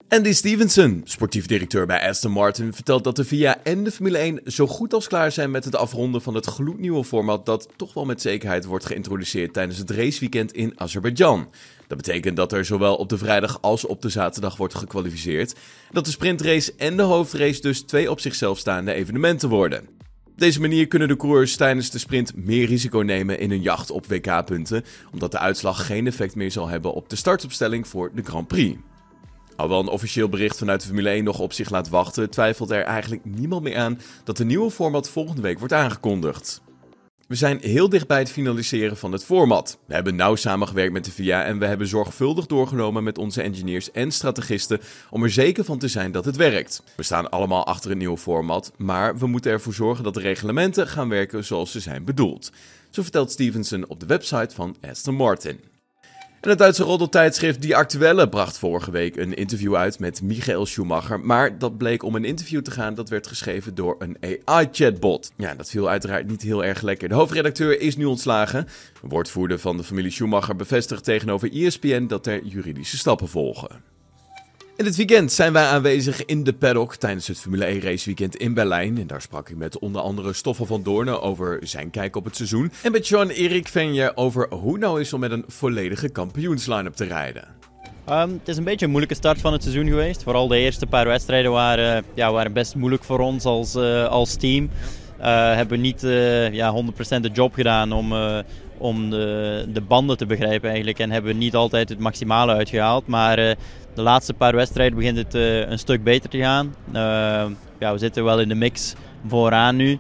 Andy Stevenson, sportief directeur bij Aston Martin, vertelt dat de VIA en de Formule 1 zo goed als klaar zijn met het afronden van het gloednieuwe format dat toch wel met zekerheid wordt geïntroduceerd tijdens het raceweekend in Azerbeidzjan. Dat betekent dat er zowel op de vrijdag als op de zaterdag wordt gekwalificeerd. Dat de sprintrace en de hoofdrace dus twee op zichzelf staande evenementen worden. Op deze manier kunnen de coureurs tijdens de sprint meer risico nemen in hun jacht op WK-punten, omdat de uitslag geen effect meer zal hebben op de startopstelling voor de Grand Prix. Alhoewel een officieel bericht vanuit de Formule 1 nog op zich laat wachten, twijfelt er eigenlijk niemand meer aan dat de nieuwe format volgende week wordt aangekondigd. We zijn heel dicht bij het finaliseren van het format. We hebben nauw samengewerkt met de VIA en we hebben zorgvuldig doorgenomen met onze engineers en strategisten om er zeker van te zijn dat het werkt. We staan allemaal achter een nieuw format, maar we moeten ervoor zorgen dat de reglementen gaan werken zoals ze zijn bedoeld. Zo vertelt Stevenson op de website van Aston Martin. En het Duitse roddeltijdschrift Die Aktuelle bracht vorige week een interview uit met Michael Schumacher, maar dat bleek om een interview te gaan dat werd geschreven door een AI-chatbot. Ja, dat viel uiteraard niet heel erg lekker. De hoofdredacteur is nu ontslagen. Een woordvoerder van de familie Schumacher bevestigt tegenover ESPN dat er juridische stappen volgen. In dit weekend zijn wij aanwezig in de paddock tijdens het Formule 1 raceweekend in Berlijn. En daar sprak ik met onder andere Stoffel van Doornen over zijn kijk op het seizoen. En met Jean-Éric Vergne over hoe het nou is om met een volledige kampioensline-up te rijden. Het is een beetje een moeilijke start van het seizoen geweest. Vooral de eerste paar wedstrijden waren best moeilijk voor ons als team. Hebben niet 100% de job gedaan om de banden te begrijpen eigenlijk. En hebben niet altijd het maximale uitgehaald. Maar de laatste paar wedstrijden begint het een stuk beter te gaan. We zitten wel in de mix vooraan nu.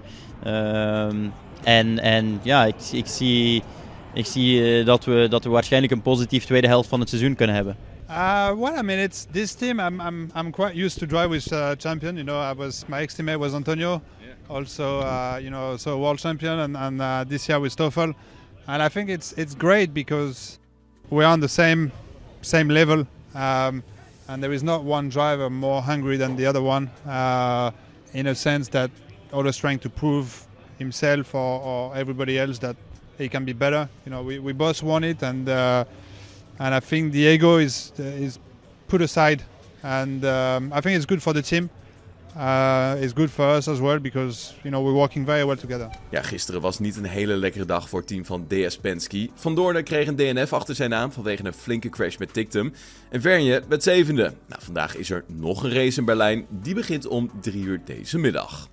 Ik zie dat we waarschijnlijk een positief tweede helft van het seizoen kunnen hebben. It's this team. I'm quite used to drive with champion. My ex-teammate was Antonio, also so world champion, and this year with Stoffel. And I think it's great because we're on the same level, and there is not one driver more hungry than the other one, in a sense that always trying to prove himself or everybody else that he can be better. We both want it, and I think the ego is put aside, and I think it's good for the team. It's good for us as well because we're working very well together. Ja, gisteren was niet een hele lekkere dag voor het team van DS Penske. Van Doornen kreeg een DNF achter zijn naam vanwege een flinke crash met Tictum. En Vergne werd zevende. Vandaag is er nog een race in Berlijn. Die begint om 3 uur deze middag.